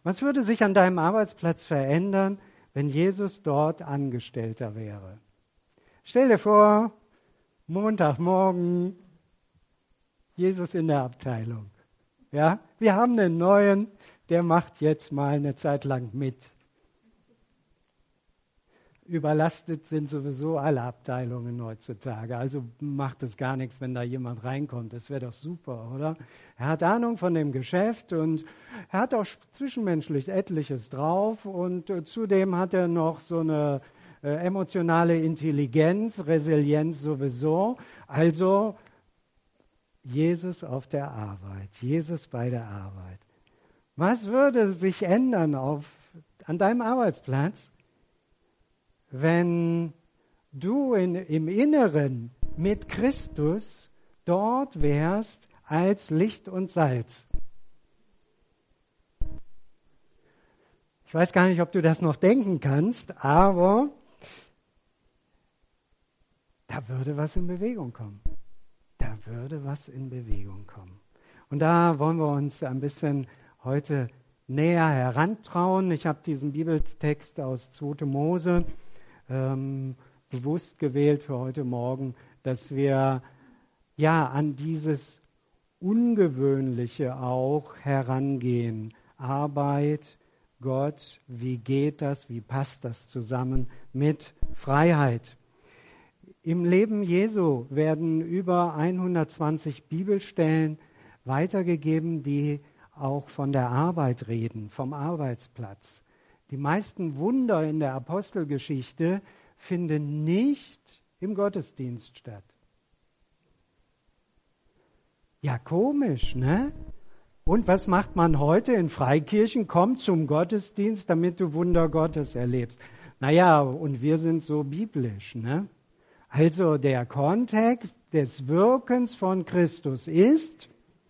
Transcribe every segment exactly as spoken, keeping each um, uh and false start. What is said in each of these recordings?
Was würde sich an deinem Arbeitsplatz verändern, wenn Jesus dort Angestellter wäre? Stell dir vor, Montagmorgen, Jesus in der Abteilung. Ja, wir haben einen neuen, der macht jetzt mal eine Zeit lang mit. Überlastet sind sowieso alle Abteilungen heutzutage. Also macht es gar nichts, wenn da jemand reinkommt. Das wäre doch super, oder? Er hat Ahnung von dem Geschäft und er hat auch zwischenmenschlich etliches drauf. Und äh, zudem hat er noch so eine äh, emotionale Intelligenz, Resilienz sowieso. Also Jesus auf der Arbeit, Jesus bei der Arbeit. Was würde sich ändern auf, an deinem Arbeitsplatz, wenn du in, im Inneren mit Christus dort wärst als Licht und Salz? Ich weiß gar nicht, ob du das noch denken kannst, aber da würde was in Bewegung kommen. Da würde was in Bewegung kommen. Und da wollen wir uns ein bisschen heute näher herantrauen. Ich habe diesen Bibeltext aus zweiter Mose ähm, bewusst gewählt für heute Morgen, dass wir ja an dieses Ungewöhnliche auch herangehen. Arbeit, Gott, wie geht das, wie passt das zusammen mit Freiheit? Im Leben Jesu werden über hundertzwanzig Bibelstellen weitergegeben, die auch von der Arbeit reden, vom Arbeitsplatz. Die meisten Wunder in der Apostelgeschichte finden nicht im Gottesdienst statt. Ja, komisch, ne? Und was macht man heute in Freikirchen? Komm zum Gottesdienst, damit du Wunder Gottes erlebst. Naja, und wir sind so biblisch, ne? Also der Kontext des Wirkens von Christus ist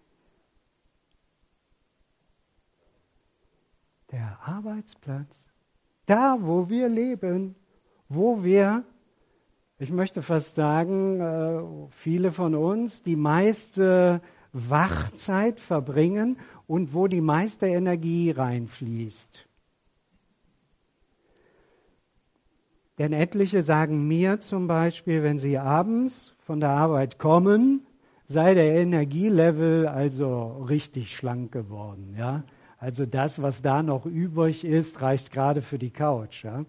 der Arbeitsplatz. Da, wo wir leben, wo wir, ich möchte fast sagen, viele von uns die meiste Wachzeit verbringen und wo die meiste Energie reinfließt. Denn etliche sagen mir zum Beispiel, wenn sie abends von der Arbeit kommen, sei der Energielevel also richtig schlank geworden. Ja? Also das, was da noch übrig ist, reicht gerade für die Couch. Ja?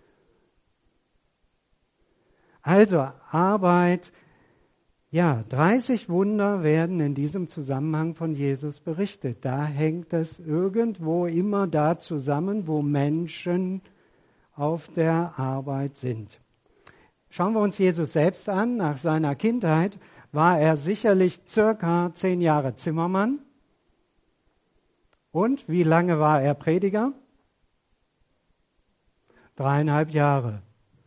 Also Arbeit, ja, dreißig Wunder werden in diesem Zusammenhang von Jesus berichtet. Da hängt es irgendwo immer da zusammen, wo Menschen auf der Arbeit sind. Schauen wir uns Jesus selbst an. Nach seiner Kindheit war er sicherlich circa zehn Jahre Zimmermann. Und wie lange war er Prediger? Dreieinhalb Jahre.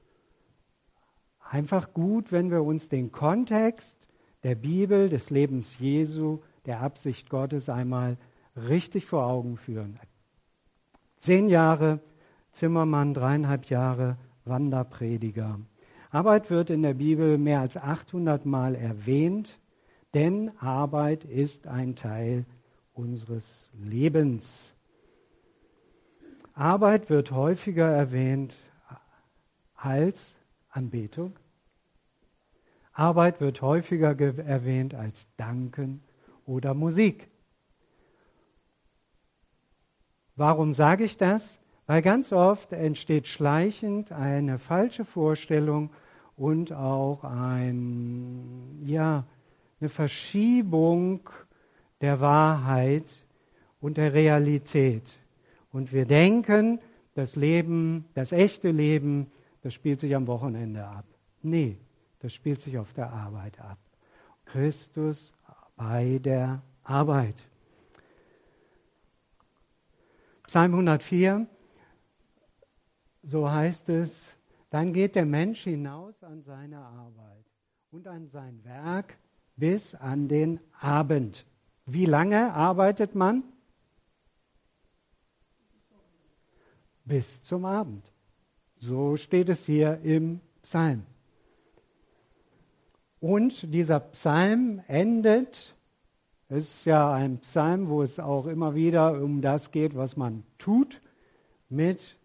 Einfach gut, wenn wir uns den Kontext der Bibel, des Lebens Jesu, der Absicht Gottes einmal richtig vor Augen führen. Zehn Jahre Zimmermann, dreieinhalb Jahre Wanderprediger. Arbeit wird in der Bibel mehr als achthundert Mal erwähnt, denn Arbeit ist ein Teil unseres Lebens. Arbeit wird häufiger erwähnt als Anbetung. Arbeit wird häufiger ge- erwähnt als Danken oder Musik. Warum sage ich das? Weil ganz oft entsteht schleichend eine falsche Vorstellung und auch ein, ja, eine Verschiebung der Wahrheit und der Realität. Und wir denken, das Leben, das echte Leben, das spielt sich am Wochenende ab. Nee, das spielt sich auf der Arbeit ab. Christus bei der Arbeit. Psalm hundertvier, so heißt es, dann geht der Mensch hinaus an seine Arbeit und an sein Werk bis an den Abend. Wie lange arbeitet man? Bis zum Abend. So steht es hier im Psalm. Und dieser Psalm endet Es ist ja ein Psalm, wo es auch immer wieder um das geht, was man tut, mit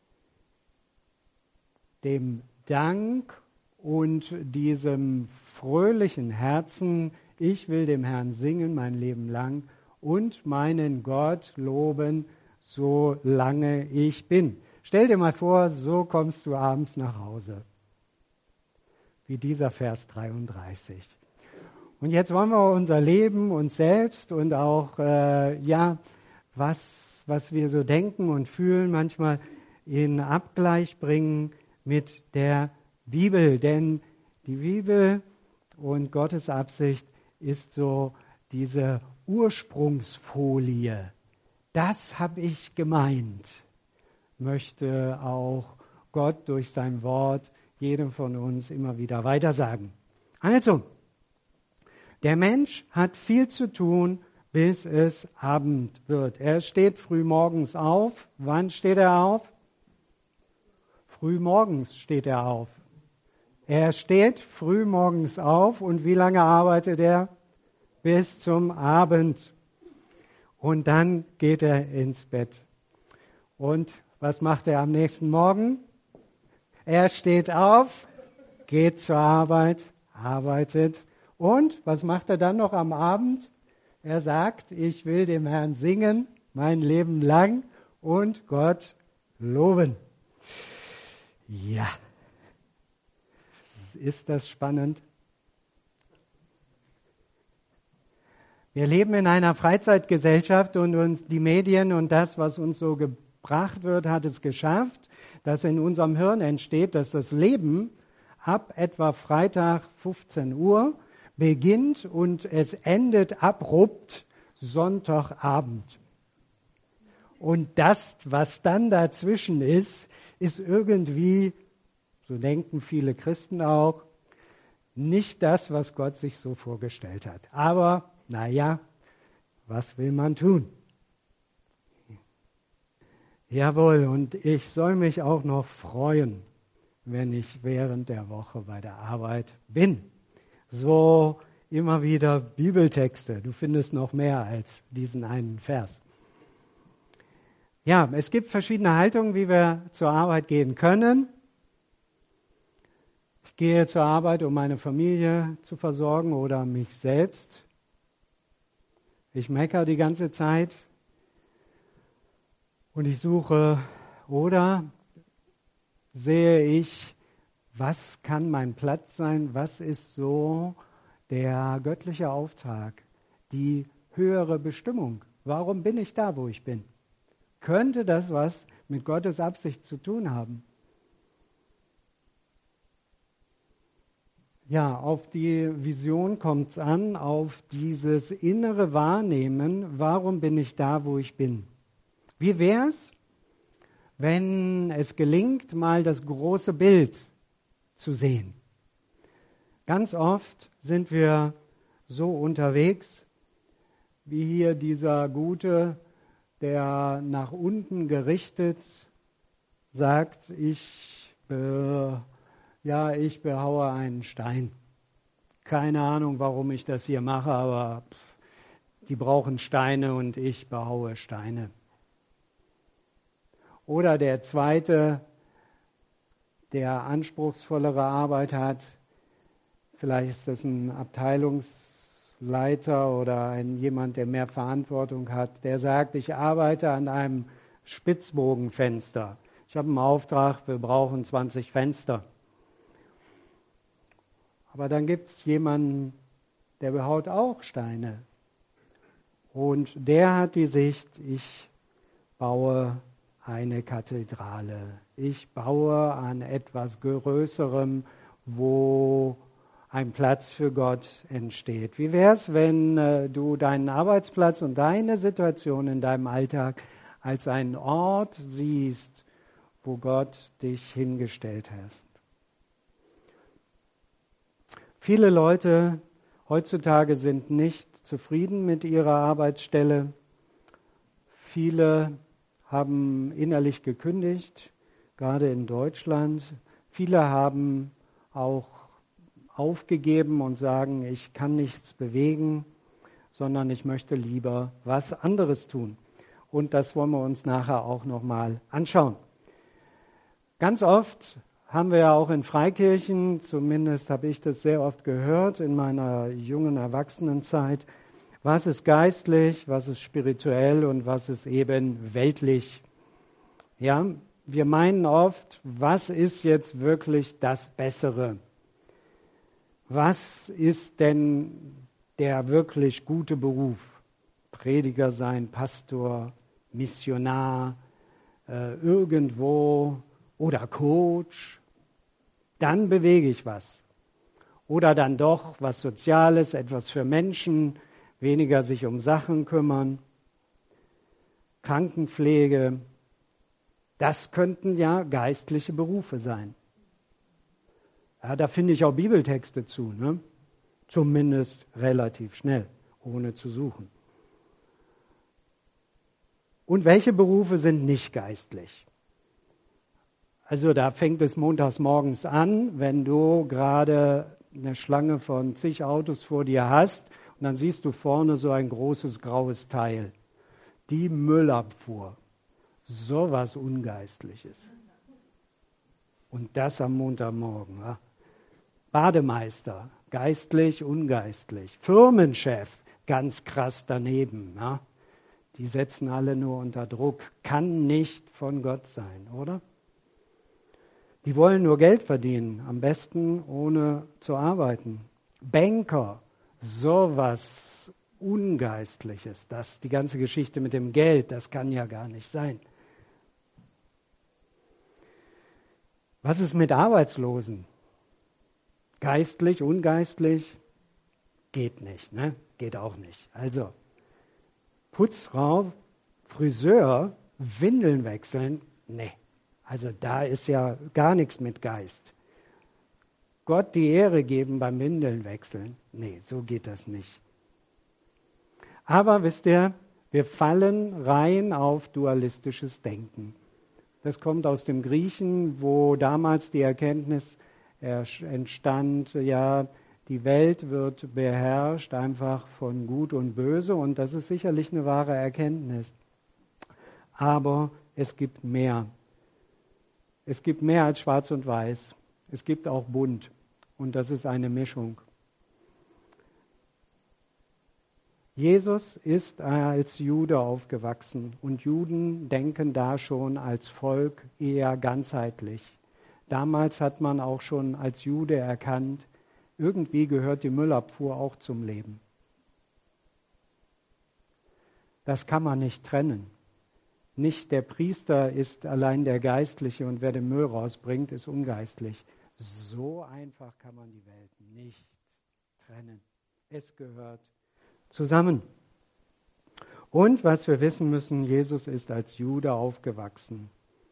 dem Dank und diesem fröhlichen Herzen. Ich will dem Herrn singen mein Leben lang und meinen Gott loben, solange ich bin. Stell dir mal vor, so kommst du abends nach Hause. Wie dieser Vers dreiunddreißig. Und jetzt wollen wir unser Leben, uns selbst und auch, äh, ja, was, was wir so denken und fühlen, manchmal in Abgleich bringen mit der Bibel. Denn die Bibel und Gottes Absicht ist so diese Ursprungsfolie. Das habe ich gemeint, möchte auch Gott durch sein Wort jedem von uns immer wieder weitersagen. Also, der Mensch hat viel zu tun, bis es Abend wird. Er steht früh morgens auf. Wann steht er auf? Früh morgens steht er auf. Er steht früh morgens auf und wie lange arbeitet er? Bis zum Abend. Und dann geht er ins Bett. Und was macht er am nächsten Morgen? Er steht auf, geht zur Arbeit, arbeitet. Und was macht er dann noch am Abend? Er sagt, ich will dem Herrn singen, mein Leben lang und Gott loben. Ja, ist das spannend? Wir leben in einer Freizeitgesellschaft und uns die Medien und das, was uns so gebracht wird, hat es geschafft, dass in unserem Hirn entsteht, dass das Leben ab etwa Freitag fünfzehn Uhr beginnt und es endet abrupt Sonntagabend. Und das, was dann dazwischen ist, ist irgendwie, so denken viele Christen auch, nicht das, was Gott sich so vorgestellt hat. Aber, naja, was will man tun? Jawohl, und ich soll mich auch noch freuen, wenn ich während der Woche bei der Arbeit bin. So immer wieder Bibeltexte. Du findest noch mehr als diesen einen Vers. Ja, es gibt verschiedene Haltungen, wie wir zur Arbeit gehen können. Ich gehe zur Arbeit, um meine Familie zu versorgen oder mich selbst. Ich meckere die ganze Zeit und ich suche oder sehe ich, was kann mein Platz sein? Was ist so der göttliche Auftrag, die höhere Bestimmung? Warum bin ich da, wo ich bin? Könnte das was mit Gottes Absicht zu tun haben? Ja, auf die Vision kommt es an, auf dieses innere Wahrnehmen, warum bin ich da, wo ich bin? Wie wäre es, wenn es gelingt, mal das große Bild zu sehen? Ganz oft sind wir so unterwegs, wie hier dieser Gute, der nach unten gerichtet sagt, ich, äh, ja, ich behaue einen Stein. Keine Ahnung, warum ich das hier mache, aber pff, die brauchen Steine und ich behaue Steine. Oder der Zweite, der anspruchsvollere Arbeit hat, vielleicht ist das ein Abteilungsleiter oder ein, jemand, der mehr Verantwortung hat, der sagt, ich arbeite an einem Spitzbogenfenster. Ich habe einen Auftrag, wir brauchen zwanzig Fenster. Aber dann gibt es jemanden, der behaut auch Steine. Und der hat die Sicht, ich baue eine Kathedrale. Ich baue an etwas Größerem, wo ein Platz für Gott entsteht. Wie wäre es, wenn äh, du deinen Arbeitsplatz und deine Situation in deinem Alltag als einen Ort siehst, wo Gott dich hingestellt hast? Viele Leute heutzutage sind nicht zufrieden mit ihrer Arbeitsstelle. Viele haben innerlich gekündigt, gerade in Deutschland. Viele haben auch aufgegeben und sagen, ich kann nichts bewegen. sondern ich möchte lieber was anderes tun. Und das wollen wir uns nachher auch nochmal anschauen. Ganz oft haben wir ja auch in Freikirchen, zumindest habe ich das sehr oft gehört in meiner jungen Erwachsenenzeit, was ist geistlich, was ist spirituell und was ist eben weltlich. Ja, wir meinen oft, was ist jetzt wirklich das Bessere? Was ist denn der wirklich gute Beruf? Prediger sein, Pastor, Missionar, äh, irgendwo oder Coach. Dann bewege ich was. Oder dann doch was Soziales, etwas für Menschen, weniger sich um Sachen kümmern. Krankenpflege. Das könnten ja geistliche Berufe sein. Ja, da finde ich auch Bibeltexte zu, ne? Zumindest relativ schnell, ohne zu suchen. Und welche Berufe sind nicht geistlich? Also da fängt es montags morgens an, wenn du gerade eine Schlange von zig Autos vor dir hast und dann siehst du vorne so ein großes graues Teil. Die Müllabfuhr. So was Ungeistliches. Und das am Montagmorgen. Ja? Bademeister, geistlich, ungeistlich. Firmenchef, ganz krass daneben. Ja? Die setzen alle nur unter Druck. Kann nicht von Gott sein, oder? Die wollen nur Geld verdienen, am besten ohne zu arbeiten. Banker, sowas Ungeistliches. Das, die ganze Geschichte mit dem Geld, das kann ja gar nicht sein. Was ist mit Arbeitslosen? Geistlich, ungeistlich? Geht nicht, ne? Geht auch nicht. Also, Putzfrau, Friseur, Windeln wechseln? Nee. Also da ist ja gar nichts mit Geist. Gott die Ehre geben beim Windeln wechseln? Nee, so geht das nicht. Aber wisst ihr, wir fallen rein auf dualistisches Denken. Das kommt aus dem Griechen, wo damals die Erkenntnis entstand, ja, die Welt wird beherrscht einfach von Gut und Böse und das ist sicherlich eine wahre Erkenntnis. Aber es gibt mehr. Es gibt mehr als Schwarz und Weiß. Es gibt auch Bunt und das ist eine Mischung. Jesus ist als Jude aufgewachsen und Juden denken da schon als Volk eher ganzheitlich. Damals hat man auch schon als Jude erkannt, irgendwie gehört die Müllabfuhr auch zum Leben. Das kann man nicht trennen. Nicht der Priester ist allein der Geistliche und wer den Müll rausbringt, ist ungeistlich. So einfach kann man die Welt nicht trennen. Es gehört zusammen. Und was wir wissen müssen, Jesus ist als Jude aufgewachsen.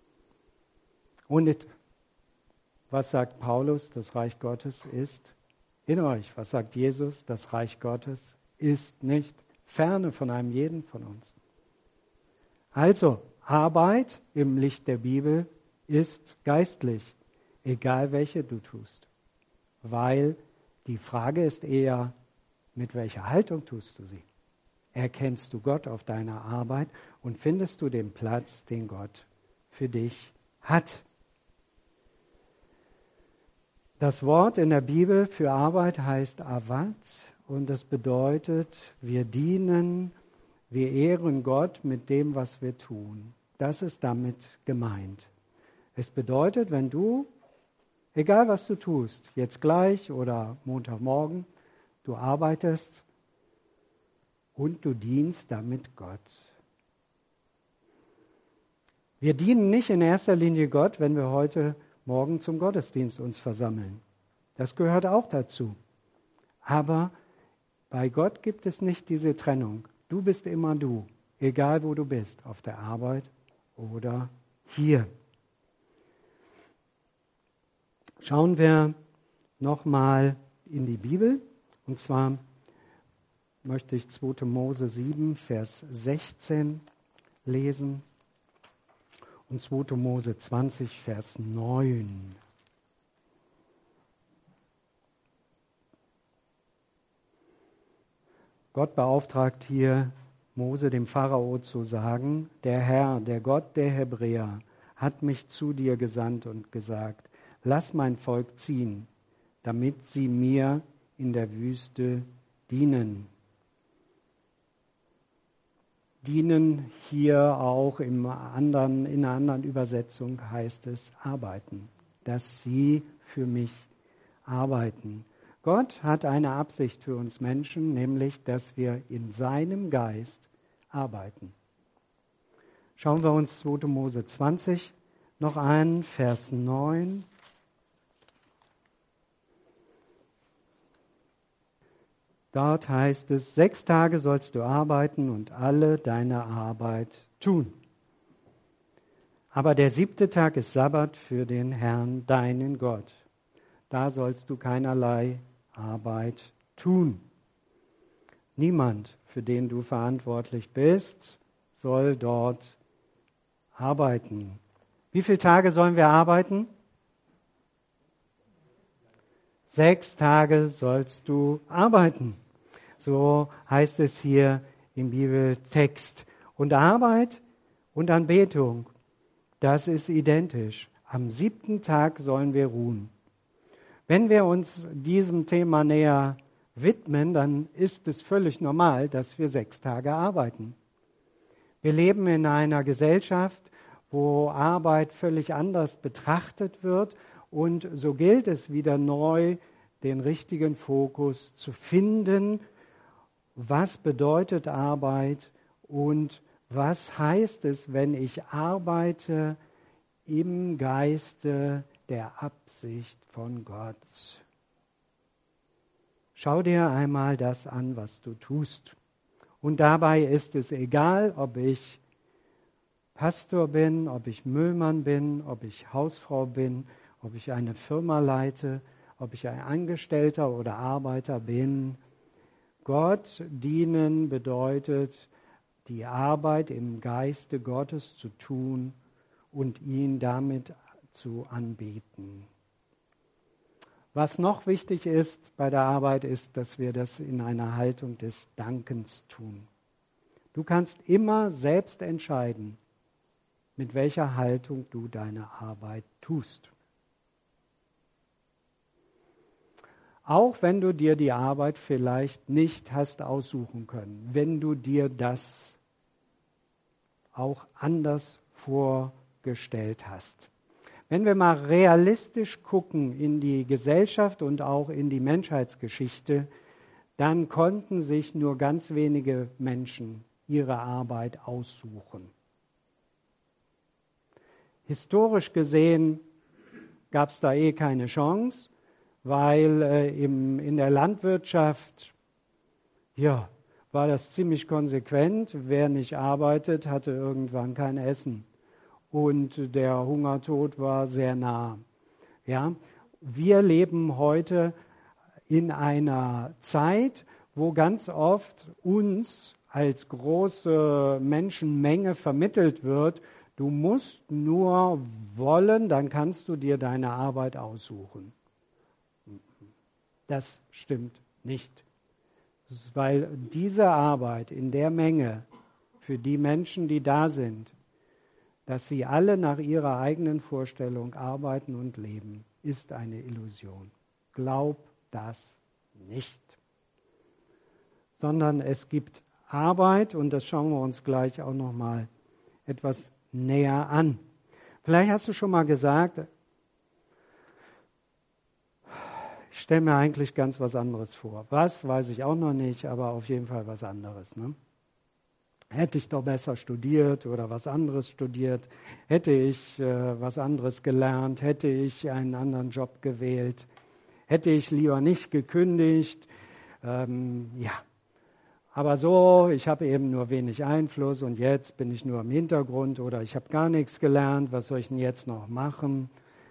Und was sagt Paulus? Das Reich Gottes ist in euch. Was sagt Jesus? Das Reich Gottes ist nicht ferne von einem jeden von uns. Also, Arbeit im Licht der Bibel ist geistlich, egal welche du tust. Weil die Frage ist eher, mit welcher Haltung tust du sie? Erkennst du Gott auf deiner Arbeit und findest du den Platz, den Gott für dich hat? Das Wort in der Bibel für Arbeit heißt Avat und das bedeutet, wir dienen, wir ehren Gott mit dem, was wir tun. Das ist damit gemeint. Es bedeutet, wenn du, egal was du tust, jetzt gleich oder Montagmorgen, du arbeitest und du dienst damit Gott. Wir dienen nicht in erster Linie Gott, wenn wir heute Morgen zum Gottesdienst uns versammeln. Das gehört auch dazu. Aber bei Gott gibt es nicht diese Trennung. Du bist immer du, egal wo du bist, auf der Arbeit oder hier. Schauen wir nochmal in die Bibel. Und zwar möchte ich zweiter Mose sieben, Vers sechzehn lesen und zweiter Mose zwanzig, Vers neun. Gott beauftragt hier Mose dem Pharao zu sagen, der Herr, der Gott der Hebräer, hat mich zu dir gesandt und gesagt, lass mein Volk ziehen, damit sie mir in der Wüste dienen. Dienen hier auch im anderen, in einer anderen Übersetzung heißt es arbeiten, dass sie für mich arbeiten. Gott hat eine Absicht für uns Menschen, nämlich, dass wir in seinem Geist arbeiten. Schauen wir uns zweiter Mose zwanzig noch an, Vers neun. Dort heißt es, sechs Tage sollst du arbeiten und alle deine Arbeit tun. Aber der siebte Tag ist Sabbat für den Herrn, deinen Gott. Da sollst du keinerlei Arbeit tun. Niemand, für den du verantwortlich bist, soll dort arbeiten. Wie viele Tage sollen wir arbeiten? Sechs Tage sollst du arbeiten. So heißt es hier im Bibeltext. Und Arbeit und Anbetung, das ist identisch. Am siebten Tag sollen wir ruhen. Wenn wir uns diesem Thema näher widmen, dann ist es völlig normal, dass wir sechs Tage arbeiten. Wir leben in einer Gesellschaft, wo Arbeit völlig anders betrachtet wird und so gilt es wieder neu, den richtigen Fokus zu finden. Was bedeutet Arbeit und was heißt es, wenn ich arbeite im Geiste der Absicht von Gott? Schau dir einmal das an, was du tust. Und dabei ist es egal, ob ich Pastor bin, ob ich Müllmann bin, ob ich Hausfrau bin, ob ich eine Firma leite, ob ich ein Angestellter oder Arbeiter bin. Gott dienen bedeutet, die Arbeit im Geiste Gottes zu tun und ihn damit zu anbeten. Was noch wichtig ist bei der Arbeit, ist, dass wir das in einer Haltung des Dankens tun. Du kannst immer selbst entscheiden, mit welcher Haltung du deine Arbeit tust. Auch wenn du dir die Arbeit vielleicht nicht hast aussuchen können, wenn du dir das auch anders vorgestellt hast. Wenn wir mal realistisch gucken in die Gesellschaft und auch in die Menschheitsgeschichte, dann konnten sich nur ganz wenige Menschen ihre Arbeit aussuchen. Historisch gesehen gab es da eh keine Chance, weil äh, im, in der Landwirtschaft ja, war das ziemlich konsequent. Wer nicht arbeitet, hatte irgendwann kein Essen. Und der Hungertod war sehr nah. Ja, wir leben heute in einer Zeit, wo ganz oft uns als große Menschenmenge vermittelt wird, du musst nur wollen, dann kannst du dir deine Arbeit aussuchen. Das stimmt nicht. Weil diese Arbeit in der Menge für die Menschen, die da sind, dass sie alle nach ihrer eigenen Vorstellung arbeiten und leben, ist eine Illusion. Glaub das nicht. Sondern es gibt Arbeit, und das schauen wir uns gleich auch noch mal etwas näher an. Vielleicht hast du schon mal gesagt, ich stelle mir eigentlich ganz was anderes vor. Was, weiß ich auch noch nicht, aber auf jeden Fall was anderes. Ne? Hätte ich doch besser studiert oder was anderes studiert, hätte ich äh, was anderes gelernt, hätte ich einen anderen Job gewählt, hätte ich lieber nicht gekündigt. Ähm, ja, aber so, ich habe eben nur wenig Einfluss und jetzt bin ich nur im Hintergrund oder ich habe gar nichts gelernt, was soll ich denn jetzt noch machen?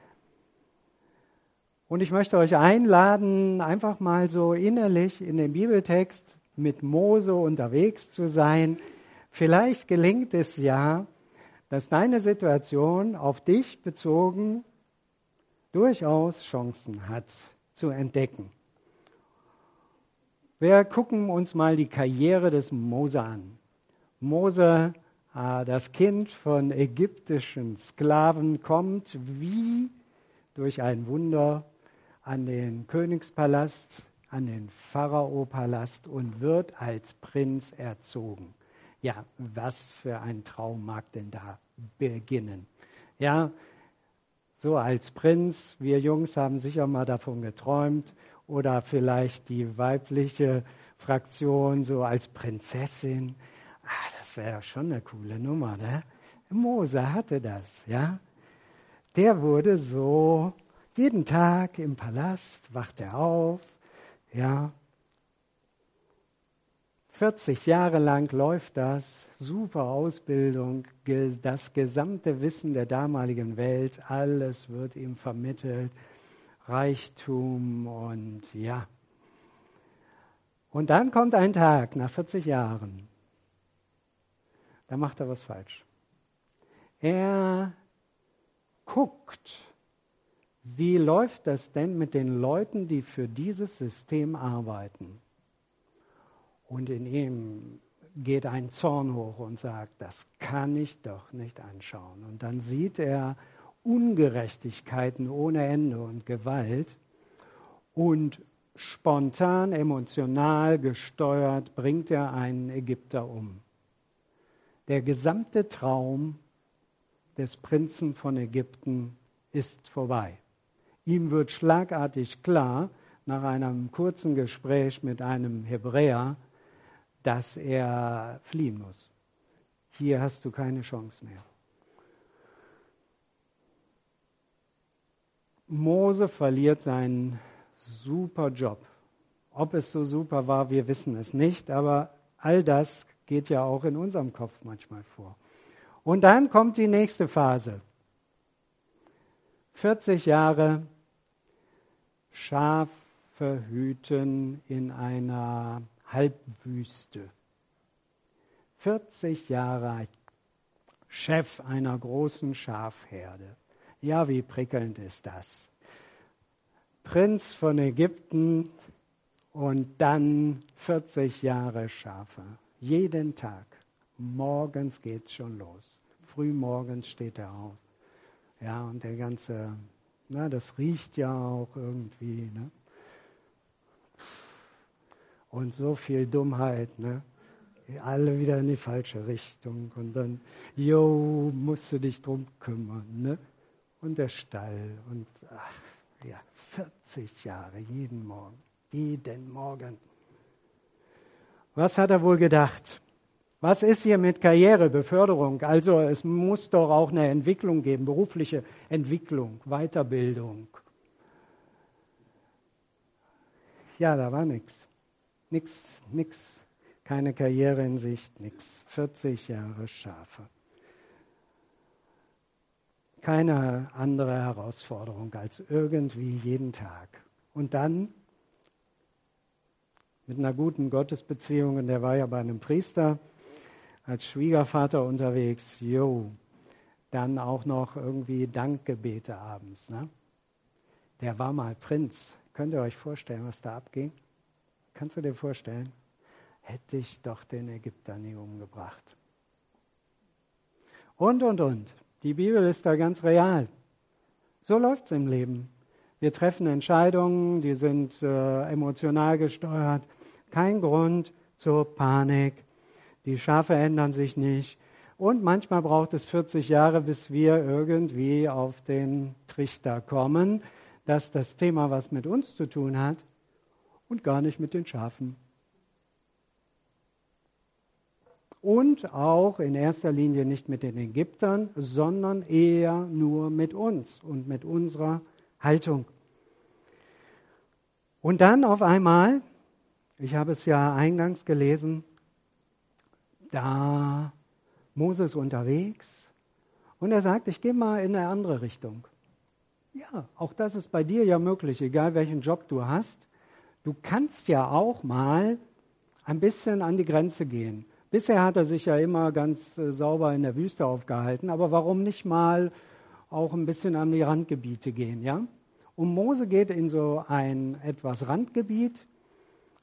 Und ich möchte euch einladen, einfach mal so innerlich in dem Bibeltext mit Mose unterwegs zu sein. Vielleicht gelingt es ja, dass deine Situation auf dich bezogen durchaus Chancen hat zu entdecken. Wir gucken uns mal die Karriere des Mose an. Mose, das Kind von ägyptischen Sklaven, kommt wie durch ein Wunder an den Königspalast, an den Pharao-Palast und wird als Prinz erzogen. Ja, was für ein Traum mag denn da beginnen? Ja, so als Prinz, wir Jungs haben sicher mal davon geträumt, oder vielleicht die weibliche Fraktion so als Prinzessin. Ah, das wäre doch schon eine coole Nummer, ne? Mose hatte das, ja. Der wurde so jeden Tag im Palast, wacht er auf, ja. vierzig Jahre lang läuft das, super Ausbildung, das gesamte Wissen der damaligen Welt, alles wird ihm vermittelt, Reichtum und ja. Und dann kommt ein Tag nach vierzig Jahren, da macht er was falsch. Er guckt, wie läuft das denn mit den Leuten, die für dieses System arbeiten? Und in ihm geht ein Zorn hoch und sagt, das kann ich doch nicht anschauen. Und dann sieht er Ungerechtigkeiten ohne Ende und Gewalt und spontan, emotional gesteuert bringt er einen Ägypter um. Der gesamte Traum des Prinzen von Ägypten ist vorbei. Ihm wird schlagartig klar, nach einem kurzen Gespräch mit einem Hebräer, dass er fliehen muss. Hier hast du keine Chance mehr. Mose verliert seinen super Job. Ob es so super war, wir wissen es nicht, aber all das geht ja auch in unserem Kopf manchmal vor. Und dann kommt die nächste Phase. vierzig Jahre Schafe hüten in einer Halbwüste. vierzig Jahre Chef einer großen Schafherde. Ja, wie prickelnd ist das? Prinz von Ägypten und dann vierzig Jahre Schafe. Jeden Tag. Morgens geht's schon los. Frühmorgens steht er auf. Ja, und der ganze, na, das riecht ja auch irgendwie, ne? Und so viel Dummheit, ne? Alle wieder in die falsche Richtung. Und dann, jo, musst du dich drum kümmern, ne? Und der Stall und ach, ja, vierzig Jahre, jeden Morgen, jeden Morgen. Was hat er wohl gedacht? Was ist hier mit Karriere, Beförderung? Also es muss doch auch eine Entwicklung geben, berufliche Entwicklung, Weiterbildung. Ja, da war nichts. Nix, nix, keine Karriere in Sicht, nix. vierzig Jahre Schafe. Keine andere Herausforderung als irgendwie jeden Tag. Und dann mit einer guten Gottesbeziehung, und der war ja bei einem Priester als Schwiegervater unterwegs, jo, dann auch noch irgendwie Dankgebete abends. Ne? Der war mal Prinz. Könnt ihr euch vorstellen, was da abging? Kannst du dir vorstellen? Hätte ich doch den Ägypter nie umgebracht. Und, und, und. Die Bibel ist da ganz real. So läuft es im Leben. Wir treffen Entscheidungen, die sind äh, emotional gesteuert. Kein Grund zur Panik. Die Schafe ändern sich nicht. Und manchmal braucht es vierzig Jahre, bis wir irgendwie auf den Trichter kommen, dass das Thema was mit uns zu tun hat und gar nicht mit den Schafen. Und auch in erster Linie nicht mit den Ägyptern, sondern eher nur mit uns und mit unserer Haltung. Und dann auf einmal, ich habe es ja eingangs gelesen, da Moses unterwegs und er sagt, ich gehe mal in eine andere Richtung. Ja, auch das ist bei dir ja möglich, egal welchen Job du hast. Du kannst ja auch mal ein bisschen an die Grenze gehen. Bisher hat er sich ja immer ganz äh, sauber in der Wüste aufgehalten, aber warum nicht mal auch ein bisschen an die Randgebiete gehen, ja? Und Mose geht in so ein etwas Randgebiet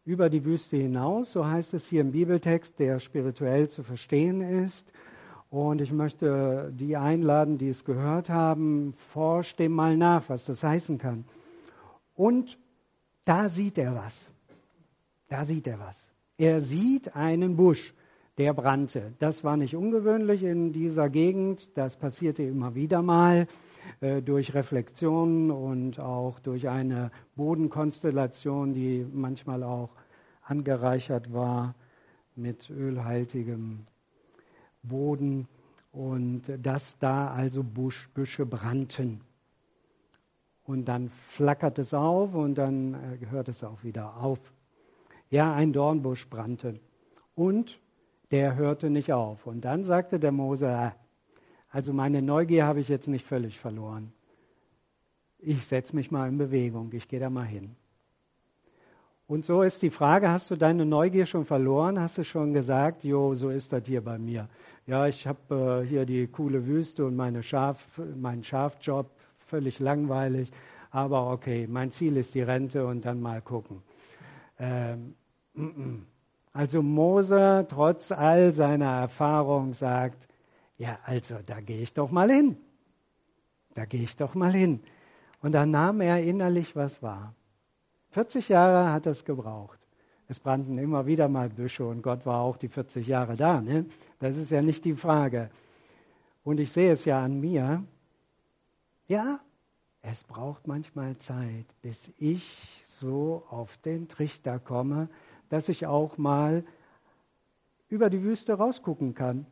über die Wüste hinaus, so heißt es hier im Bibeltext, der spirituell zu verstehen ist. Und ich möchte die einladen, die es gehört haben, forscht dem mal nach, was das heißen kann. Und da sieht er was. Da sieht er was. Er sieht einen Busch, der brannte. Das war nicht ungewöhnlich in dieser Gegend. Das passierte immer wieder mal äh, durch Reflexionen und auch durch eine Bodenkonstellation, die manchmal auch angereichert war mit ölhaltigem Boden, und dass da also Busch, Büsche brannten. Und dann flackert es auf und dann äh, hört es auch wieder auf. Ja, ein Dornbusch brannte und der hörte nicht auf. Und dann sagte der Mose, also meine Neugier habe ich jetzt nicht völlig verloren. Ich setze mich mal in Bewegung, ich gehe da mal hin. Und so ist die Frage, hast du deine Neugier schon verloren? Hast du schon gesagt, jo, so ist das hier bei mir. Ja, ich habe äh, hier die coole Wüste und meine Schaf, meinen Schafjob, völlig langweilig. Aber okay, mein Ziel ist die Rente und dann mal gucken. Ähm, also Mose, trotz all seiner Erfahrung, sagt, ja, also da gehe ich doch mal hin. Da gehe ich doch mal hin. Und dann nahm er innerlich was wahr. vierzig Jahre hat es gebraucht. Es brannten immer wieder mal Büsche und Gott war auch die vierzig Jahre da. Ne? Das ist ja nicht die Frage. Und ich sehe es ja an mir. Ja, es braucht manchmal Zeit, bis ich so auf den Trichter komme, dass ich auch mal über die Wüste rausgucken kann.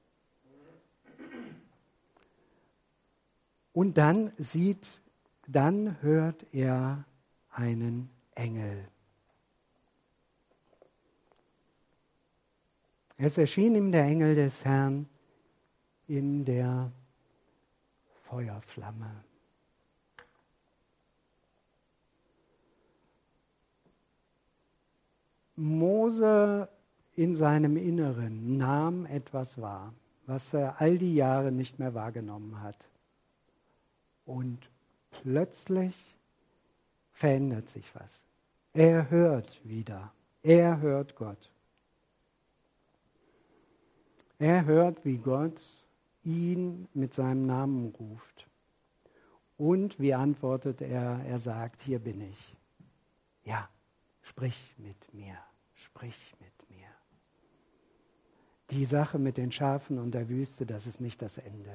Und dann sieht, dann hört er einen Engel. Es erschien ihm der Engel des Herrn in der Feuerflamme. Mose in seinem Inneren nahm etwas wahr, was er all die Jahre nicht mehr wahrgenommen hat. Und plötzlich verändert sich was. Er hört wieder. Er hört Gott. Er hört, wie Gott ihn mit seinem Namen ruft. Und wie antwortet er? Er sagt, hier bin ich. Ja, sprich mit mir. Sprich mit mir. Die Sache mit den Schafen und der Wüste, das ist nicht das Ende.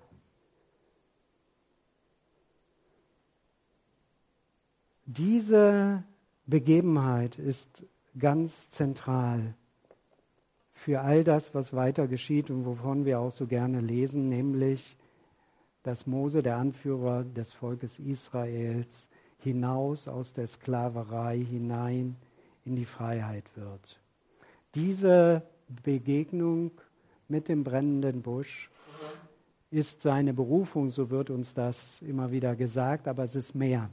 Diese Begebenheit ist ganz zentral für all das, was weiter geschieht und wovon wir auch so gerne lesen, nämlich, dass Mose, der Anführer des Volkes Israels, hinaus aus der Sklaverei hinein in die Freiheit wird. Diese Begegnung mit dem brennenden Busch ist seine Berufung, so wird uns das immer wieder gesagt, aber es ist mehr.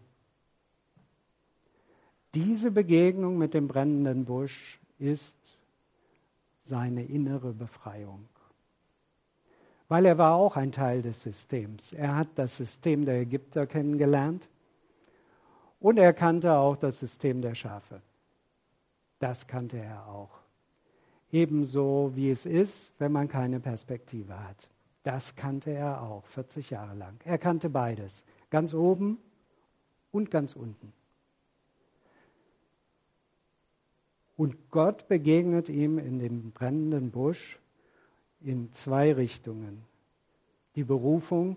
Diese Begegnung mit dem brennenden Busch ist seine innere Befreiung. Weil er war auch ein Teil des Systems. Er hat das System der Ägypter kennengelernt und er kannte auch das System der Schafe. Das kannte er auch. Ebenso wie es ist, wenn man keine Perspektive hat. Das kannte er auch, vierzig Jahre lang. Er kannte beides, ganz oben und ganz unten. Und Gott begegnet ihm in dem brennenden Busch in zwei Richtungen. Die Berufung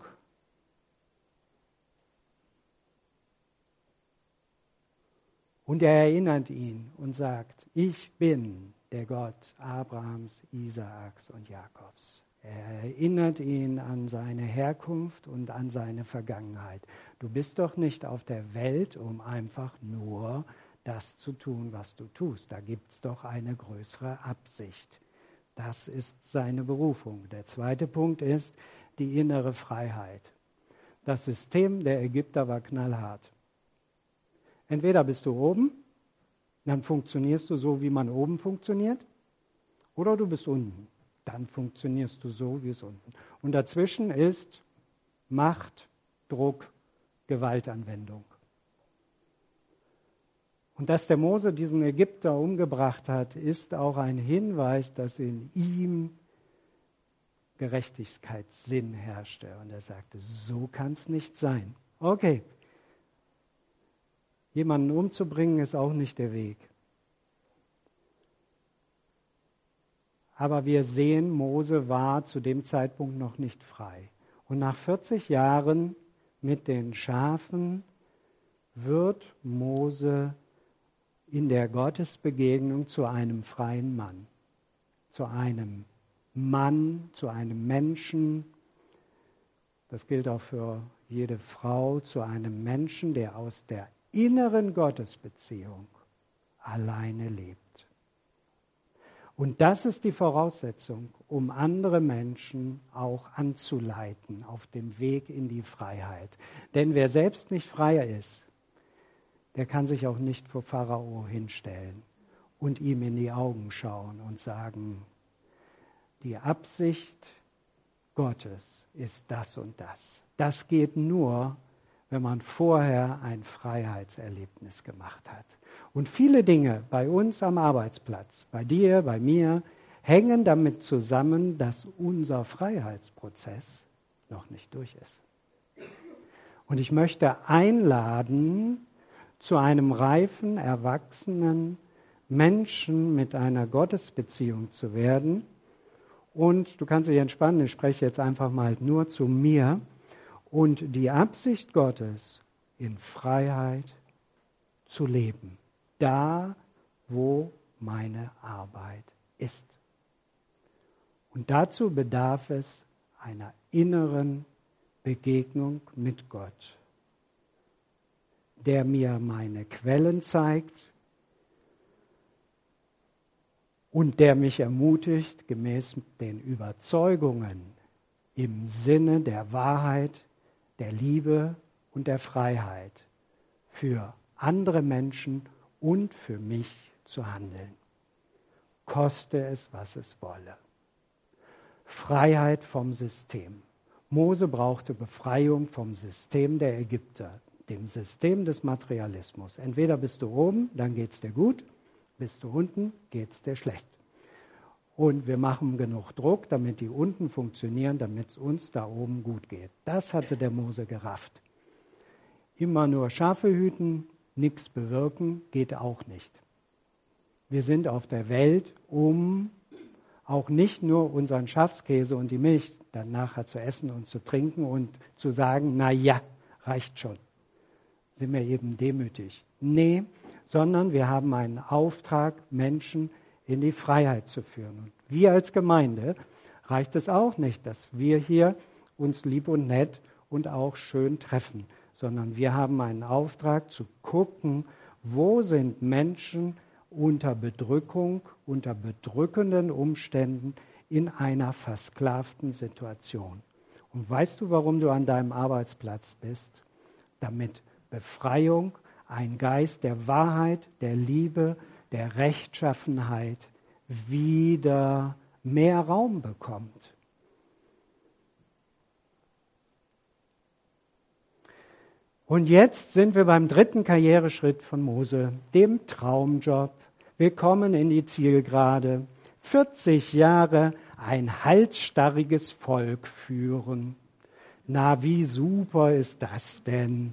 und er erinnert ihn und sagt, ich bin der Gott Abrahams, Isaaks und Jakobs. Er erinnert ihn an seine Herkunft und an seine Vergangenheit. Du bist doch nicht auf der Welt, um einfach nur das zu tun, was du tust. Da gibt es doch eine größere Absicht. Das ist seine Berufung. Der zweite Punkt ist die innere Freiheit. Das System der Ägypter war knallhart. Entweder bist du oben, dann funktionierst du so, wie man oben funktioniert, oder du bist unten, dann funktionierst du so, wie es unten. Und dazwischen ist Macht, Druck, Gewaltanwendung. Und dass der Mose diesen Ägypter umgebracht hat, ist auch ein Hinweis, dass in ihm Gerechtigkeitssinn herrschte. Und er sagte, so kann es nicht sein. Okay, jemanden umzubringen ist auch nicht der Weg. Aber wir sehen, Mose war zu dem Zeitpunkt noch nicht frei. Und nach vierzig Jahren mit den Schafen wird Mose in der Gottesbegegnung zu einem freien Mann, zu einem Mann, zu einem Menschen. Das gilt auch für jede Frau, zu einem Menschen, der aus der inneren Gottesbeziehung alleine lebt. Und das ist die Voraussetzung, um andere Menschen auch anzuleiten auf dem Weg in die Freiheit. Denn wer selbst nicht frei ist, der kann sich auch nicht vor Pharao hinstellen und ihm in die Augen schauen und sagen, die Absicht Gottes ist das und das. Das geht nur, wenn man vorher ein Freiheitserlebnis gemacht hat. Und viele Dinge bei uns am Arbeitsplatz, bei dir, bei mir, hängen damit zusammen, dass unser Freiheitsprozess noch nicht durch ist. Und ich möchte einladen, zu einem reifen, erwachsenen Menschen mit einer Gottesbeziehung zu werden. Und du kannst dich entspannen, ich spreche jetzt einfach mal nur zu mir. Und die Absicht Gottes in Freiheit zu leben. Da, wo meine Arbeit ist. Und dazu bedarf es einer inneren Begegnung mit Gott, der mir meine Quellen zeigt und der mich ermutigt, gemäß den Überzeugungen im Sinne der Wahrheit, der Liebe und der Freiheit für andere Menschen und für mich zu handeln. Koste es, was es wolle. Freiheit vom System. Mose brauchte Befreiung vom System der Ägypter, dem System des Materialismus. Entweder bist du oben, dann geht's dir gut, bist du unten, geht's dir schlecht. Und wir machen genug Druck, damit die unten funktionieren, damit es uns da oben gut geht. Das hatte der Mose gerafft. Immer nur Schafe hüten, nichts bewirken, geht auch nicht. Wir sind auf der Welt, um auch nicht nur unseren Schafskäse und die Milch dann nachher zu essen und zu trinken und zu sagen, na ja, reicht schon. Sind wir eben demütig. Nee, sondern wir haben einen Auftrag, Menschen in die Freiheit zu führen. Und wir als Gemeinde reicht es auch nicht, dass wir hier uns lieb und nett und auch schön treffen, sondern wir haben einen Auftrag zu gucken, wo sind Menschen unter Bedrückung, unter bedrückenden Umständen in einer versklavten Situation. Und weißt du, warum du an deinem Arbeitsplatz bist? Damit Befreiung, ein Geist der Wahrheit, der Liebe, der Rechtschaffenheit wieder mehr Raum bekommt. Und jetzt sind wir beim dritten Karriereschritt von Mose, dem Traumjob. Wir kommen in die Zielgerade. vierzig Jahre ein halsstarriges Volk führen. Na, wie super ist das denn?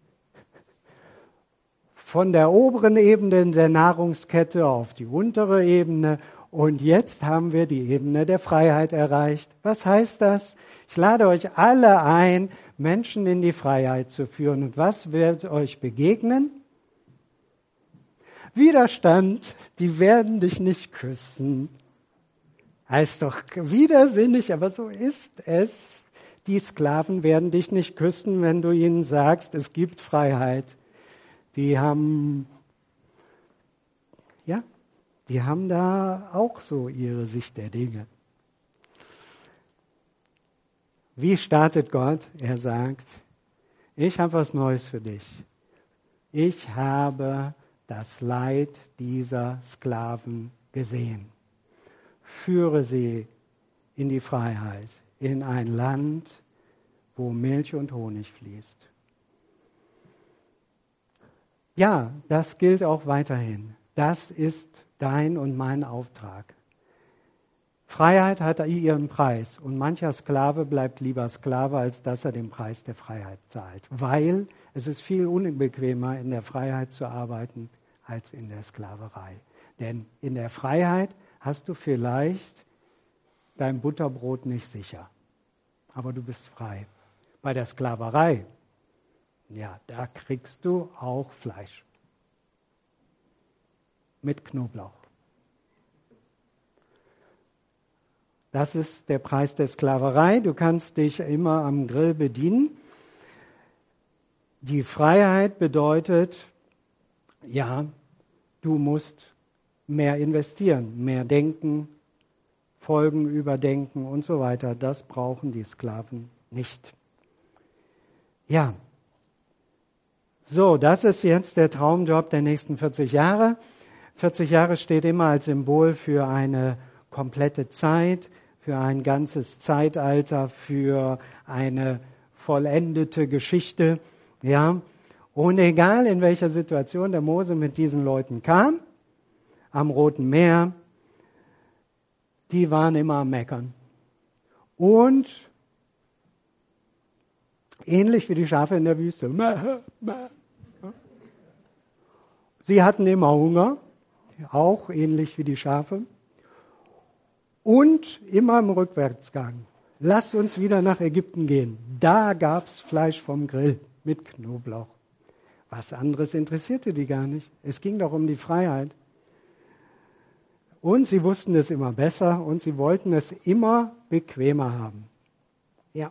Von der oberen Ebene der Nahrungskette auf die untere Ebene. Und jetzt haben wir die Ebene der Freiheit erreicht. Was heißt das? Ich lade euch alle ein, Menschen in die Freiheit zu führen. Und was wird euch begegnen? Widerstand. Die werden dich nicht küssen. Heißt doch widersinnig, aber so ist es. Die Sklaven werden dich nicht küssen, wenn du ihnen sagst, es gibt Freiheit. Die haben, ja, die haben da auch so ihre Sicht der Dinge. Wie startet Gott? Er sagt, ich habe was Neues für dich. Ich habe das Leid dieser Sklaven gesehen. Führe sie in die Freiheit, in ein Land, wo Milch und Honig fließt. Ja, das gilt auch weiterhin. Das ist dein und mein Auftrag. Freiheit hat ihren Preis und mancher Sklave bleibt lieber Sklave, als dass er den Preis der Freiheit zahlt. Weil es ist viel unbequemer, in der Freiheit zu arbeiten, als in der Sklaverei. Denn in der Freiheit hast du vielleicht dein Butterbrot nicht sicher, aber du bist frei. Bei der Sklaverei, ja, da kriegst du auch Fleisch mit Knoblauch. Das ist der Preis der Sklaverei. Du kannst dich immer am Grill bedienen. Die Freiheit bedeutet, ja, du musst mehr investieren, mehr denken, Folgen überdenken und so weiter. Das brauchen die Sklaven nicht. Ja, so, das ist jetzt der Traumjob der nächsten vierzig Jahre. vierzig Jahre steht immer als Symbol für eine komplette Zeit, für ein ganzes Zeitalter, für eine vollendete Geschichte. Ja, und egal in welcher Situation der Mose mit diesen Leuten kam, am Roten Meer, die waren immer am Meckern. Und ähnlich wie die Schafe in der Wüste. Sie hatten immer Hunger, auch ähnlich wie die Schafe. Und immer im Rückwärtsgang. Lass uns wieder nach Ägypten gehen. Da gab's Fleisch vom Grill mit Knoblauch. Was anderes interessierte die gar nicht. Es ging doch um die Freiheit. Und sie wussten es immer besser und sie wollten es immer bequemer haben. Ja.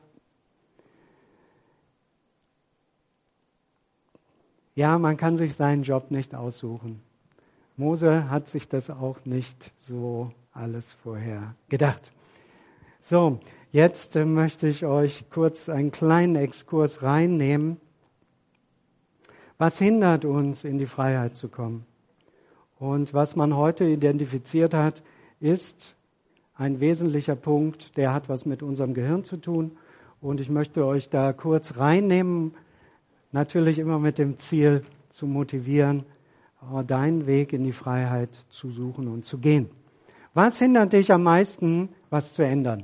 Ja, man kann sich seinen Job nicht aussuchen. Mose hat sich das auch nicht so alles vorher gedacht. So, jetzt äh, möchte ich euch kurz einen kleinen Exkurs reinnehmen. Was hindert uns, in die Freiheit zu kommen? Und was man heute identifiziert hat, ist ein wesentlicher Punkt, der hat was mit unserem Gehirn zu tun. Und ich möchte euch da kurz reinnehmen, natürlich immer mit dem Ziel zu motivieren, deinen Weg in die Freiheit zu suchen und zu gehen. Was hindert dich am meisten, was zu ändern?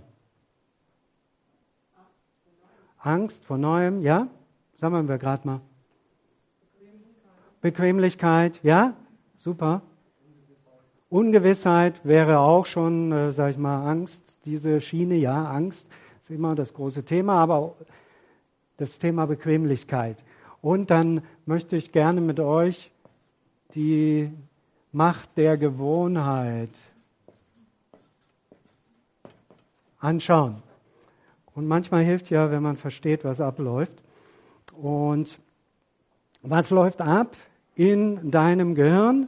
Angst vor Neuem, ja? Sammeln wir gerade mal. Bequemlichkeit, ja? Super. Ungewissheit wäre auch schon, äh, sag ich mal, Angst. Diese Schiene, ja, Angst ist immer das große Thema, aber das Thema Bequemlichkeit. Und dann möchte ich gerne mit euch die Macht der Gewohnheit anschauen. Und manchmal hilft ja, wenn man versteht, was abläuft. Und was läuft ab in deinem Gehirn?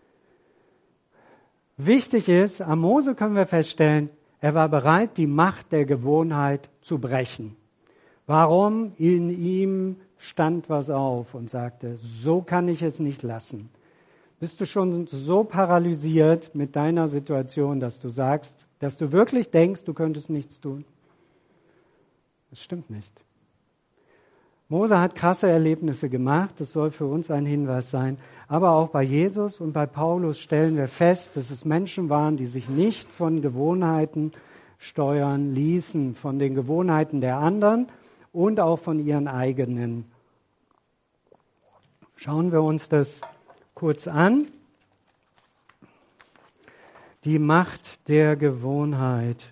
Wichtig ist, am Mose können wir feststellen, er war bereit, die Macht der Gewohnheit zu brechen. Warum? In ihm stand was auf und sagte, so kann ich es nicht lassen. Bist du schon so paralysiert mit deiner Situation, dass du sagst, dass du wirklich denkst, du könntest nichts tun? Das stimmt nicht. Mose hat krasse Erlebnisse gemacht, das soll für uns ein Hinweis sein. Aber auch bei Jesus und bei Paulus stellen wir fest, dass es Menschen waren, die sich nicht von Gewohnheiten steuern ließen, von den Gewohnheiten der anderen und auch von ihren eigenen. Schauen wir uns das kurz an. Die Macht der Gewohnheit.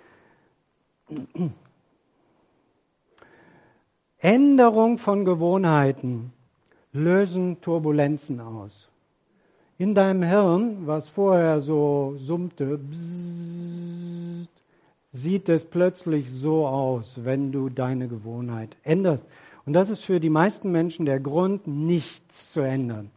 Änderung von Gewohnheiten lösen Turbulenzen aus. In deinem Hirn, was vorher so summte, bzzzt, sieht es plötzlich so aus, wenn du deine Gewohnheit änderst. Und das ist für die meisten Menschen der Grund, nichts zu ändern.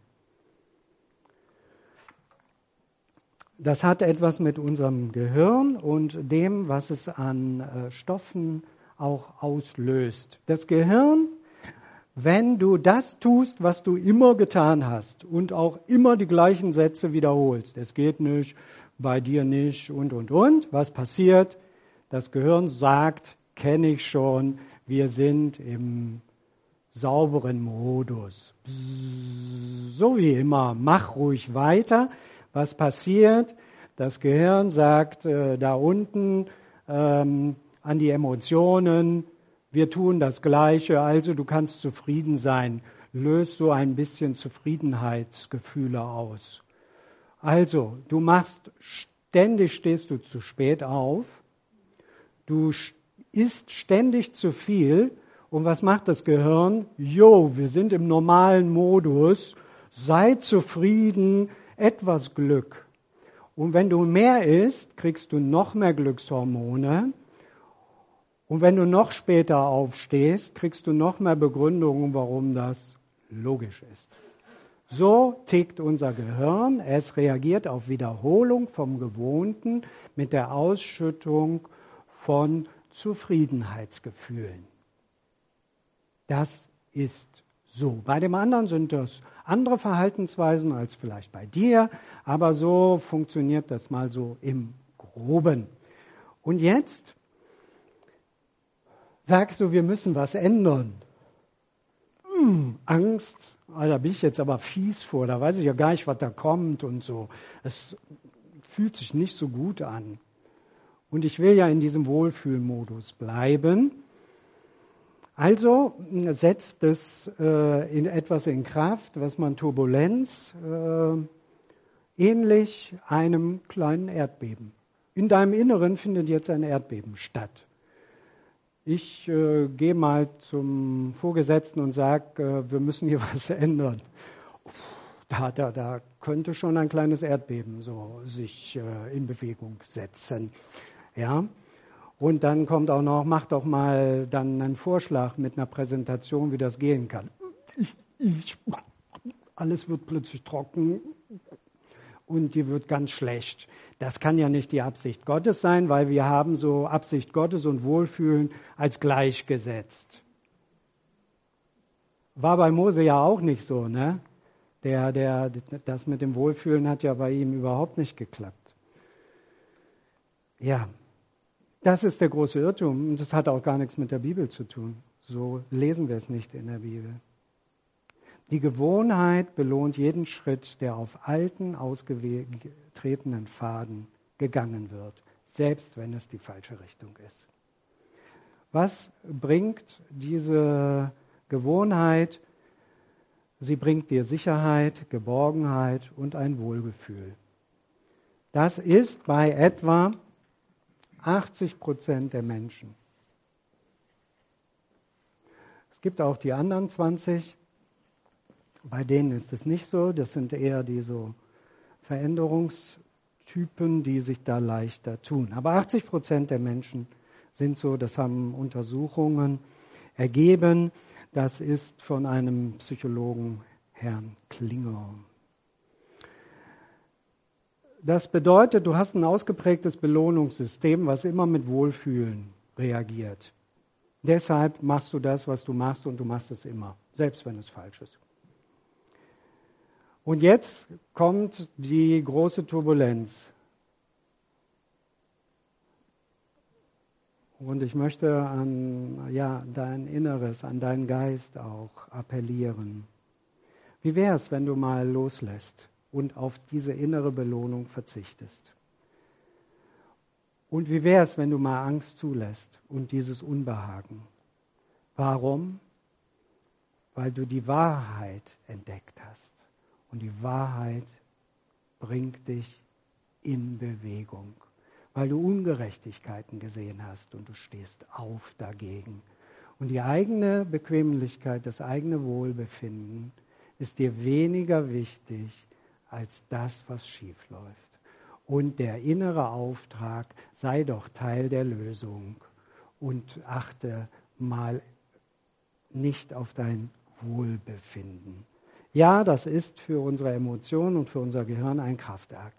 Das hat etwas mit unserem Gehirn und dem, was es an äh, Stoffen auch auslöst. Das Gehirn, wenn du das tust, was du immer getan hast und auch immer die gleichen Sätze wiederholst, es geht nicht, bei dir nicht und, und, und, was passiert? Das Gehirn sagt, kenne ich schon, wir sind im sauberen Modus. So wie immer, mach ruhig weiter. Was passiert? Das Gehirn sagt äh, da unten ähm, an die Emotionen, wir tun das Gleiche, also du kannst zufrieden sein. Löst so ein bisschen Zufriedenheitsgefühle aus. Also, du machst, ständig stehst du zu spät auf, du isst ständig zu viel und was macht das Gehirn? Jo, wir sind im normalen Modus, sei zufrieden, etwas Glück. Und wenn du mehr isst, kriegst du noch mehr Glückshormone. Und wenn du noch später aufstehst, kriegst du noch mehr Begründungen, warum das logisch ist. So tickt unser Gehirn. Es reagiert auf Wiederholung vom Gewohnten mit der Ausschüttung von Zufriedenheitsgefühlen. Das ist so. Bei dem anderen sind das andere Verhaltensweisen als vielleicht bei dir, aber so funktioniert das mal so im Groben. Und jetzt sagst du, wir müssen was ändern. Hm, Angst, ah, da bin ich jetzt aber fies vor, da weiß ich ja gar nicht, was da kommt und so. Es fühlt sich nicht so gut an. Und ich will ja in diesem Wohlfühlmodus bleiben. Also setzt es äh, in etwas in Kraft, was man Turbulenz äh, ähnlich einem kleinen Erdbeben. In deinem Inneren findet jetzt ein Erdbeben statt. Ich äh, gehe mal zum Vorgesetzten und sage, äh, wir müssen hier was ändern. Da, da, da könnte schon ein kleines Erdbeben so sich äh, in Bewegung setzen. Ja. Und dann kommt auch noch, mach doch mal dann einen Vorschlag mit einer Präsentation, wie das gehen kann. Ich, ich, alles wird plötzlich trocken und dir wird ganz schlecht. Das kann ja nicht die Absicht Gottes sein, weil wir haben so Absicht Gottes und Wohlfühlen als gleichgesetzt. War bei Mose ja auch nicht so, ne? Der, der, das mit dem Wohlfühlen hat ja bei ihm überhaupt nicht geklappt. Ja. Das ist der große Irrtum und das hat auch gar nichts mit der Bibel zu tun. So lesen wir es nicht in der Bibel. Die Gewohnheit belohnt jeden Schritt, der auf alten, ausgetretenen Pfaden gegangen wird, selbst wenn es die falsche Richtung ist. Was bringt diese Gewohnheit? Sie bringt dir Sicherheit, Geborgenheit und ein Wohlgefühl. Das ist bei etwa achtzig Prozent der Menschen. Es gibt auch die anderen zwanzig, bei denen ist es nicht so. Das sind eher die so Veränderungstypen, die sich da leichter tun. Aber achtzig Prozent der Menschen sind so, das haben Untersuchungen ergeben. Das ist von einem Psychologen, Herrn Klinger. Das bedeutet, du hast ein ausgeprägtes Belohnungssystem, was immer mit Wohlfühlen reagiert. Deshalb machst du das, was du machst, und du machst es immer, selbst wenn es falsch ist. Und jetzt kommt die große Turbulenz. Und ich möchte an ja, dein Inneres, an deinen Geist auch appellieren. Wie wäre es, wenn du mal loslässt und auf diese innere Belohnung verzichtest? Und wie wäre es, wenn du mal Angst zulässt und dieses Unbehagen? Warum? Weil du die Wahrheit entdeckt hast. Und die Wahrheit bringt dich in Bewegung. Weil du Ungerechtigkeiten gesehen hast und du stehst auf dagegen. Und die eigene Bequemlichkeit, das eigene Wohlbefinden ist dir weniger wichtig als das, was schief läuft. Und der innere Auftrag, sei doch Teil der Lösung und achte mal nicht auf dein Wohlbefinden. Ja, das ist für unsere Emotionen und für unser Gehirn ein Kraftakt.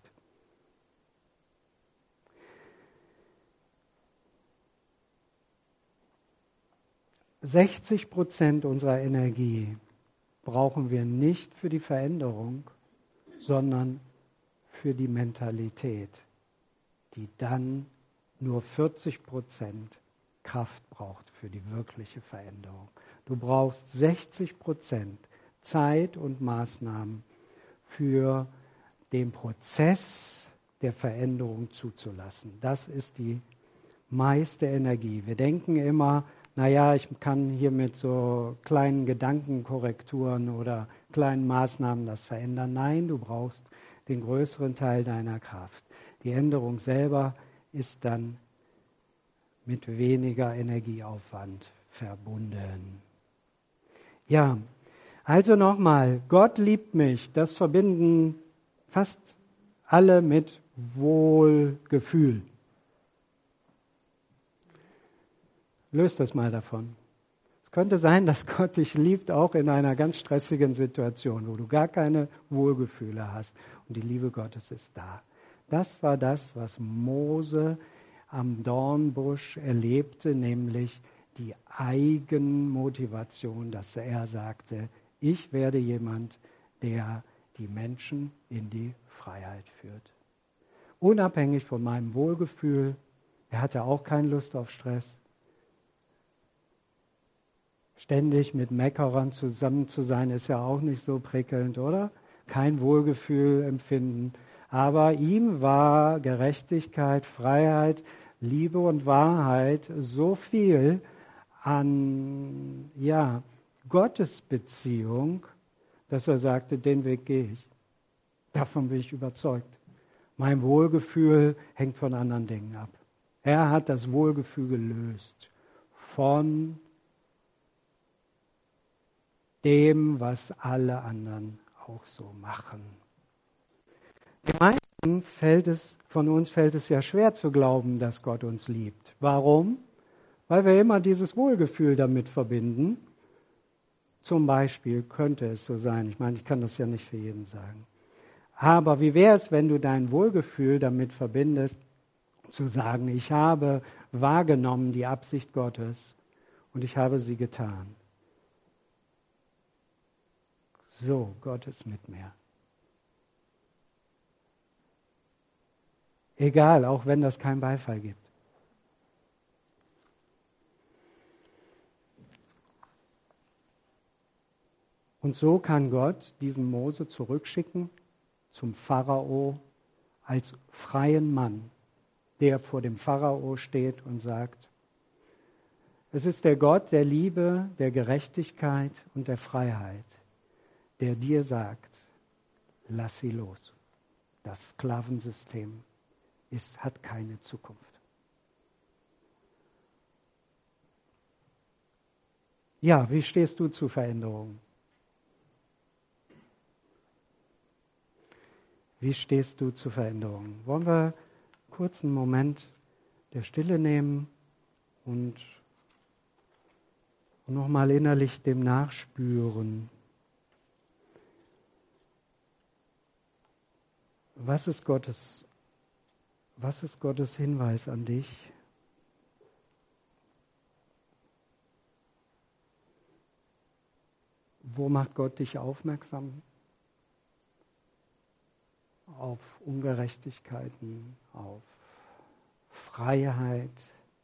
sechzig Prozent unserer Energie brauchen wir nicht für die Veränderung, sondern für die Mentalität, die dann nur vierzig Prozent Kraft braucht für die wirkliche Veränderung. Du brauchst sechzig Prozent Zeit und Maßnahmen für den Prozess der Veränderung zuzulassen. Das ist die meiste Energie. Wir denken immer, naja, ich kann hier mit so kleinen Gedankenkorrekturen oder kleinen Maßnahmen das verändern. Nein, du brauchst den größeren Teil deiner Kraft. Die Änderung selber ist dann mit weniger Energieaufwand verbunden. Ja, also nochmal, Gott liebt mich. Das verbinden fast alle mit Wohlgefühl. Löst das mal davon. Es könnte sein, dass Gott dich liebt, auch in einer ganz stressigen Situation, wo du gar keine Wohlgefühle hast. Und die Liebe Gottes ist da. Das war das, was Mose am Dornbusch erlebte, nämlich die Eigenmotivation, dass er sagte, ich werde jemand, der die Menschen in die Freiheit führt. Unabhängig von meinem Wohlgefühl, er hatte auch keine Lust auf Stress. Ständig mit Meckerern zusammen zu sein, ist ja auch nicht so prickelnd, oder? Kein Wohlgefühl empfinden. Aber ihm war Gerechtigkeit, Freiheit, Liebe und Wahrheit so viel an, ja, Gottesbeziehung, dass er sagte, den Weg gehe ich. Davon bin ich überzeugt. Mein Wohlgefühl hängt von anderen Dingen ab. Er hat das Wohlgefühl gelöst von dem, was alle anderen auch so machen. Den meisten fällt es, von uns fällt es ja schwer zu glauben, dass Gott uns liebt. Warum? Weil wir immer dieses Wohlgefühl damit verbinden. Zum Beispiel könnte es so sein, ich meine, ich kann das ja nicht für jeden sagen. Aber wie wäre es, wenn du dein Wohlgefühl damit verbindest, zu sagen, ich habe wahrgenommen die Absicht Gottes und ich habe sie getan. So, Gott ist mit mir. Egal, auch wenn das keinen Beifall gibt. Und so kann Gott diesen Mose zurückschicken zum Pharao als freien Mann, der vor dem Pharao steht und sagt, es ist der Gott der Liebe, der Gerechtigkeit und der Freiheit, der dir sagt, lass sie los. Das Sklavensystem ist, hat keine Zukunft. Ja, wie stehst du zu Veränderungen? Wie stehst du zu Veränderungen? Wollen wir kurz einen Moment der Stille nehmen und, und nochmal innerlich dem nachspüren? Was ist Gottes, was ist Gottes Hinweis an dich? Wo macht Gott dich aufmerksam? Auf Ungerechtigkeiten, auf Freiheit,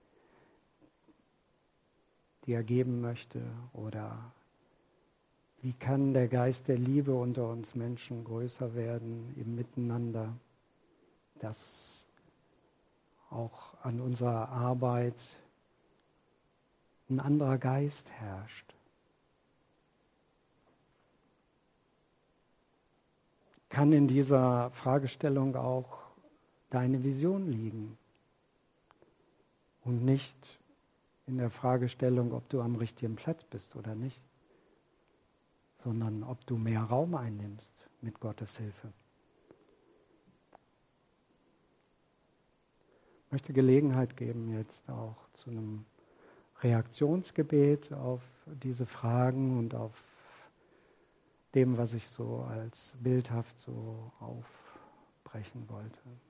die er geben möchte? Oder wie kann der Geist der Liebe unter uns Menschen größer werden im Miteinander, dass auch an unserer Arbeit ein anderer Geist herrscht? Kann in dieser Fragestellung auch deine Vision liegen und nicht in der Fragestellung, ob du am richtigen Platz bist oder nicht, sondern ob du mehr Raum einnimmst mit Gottes Hilfe. Ich möchte Gelegenheit geben jetzt auch zu einem Reaktionsgebet auf diese Fragen und auf dem, was ich so als bildhaft so aufbrechen wollte.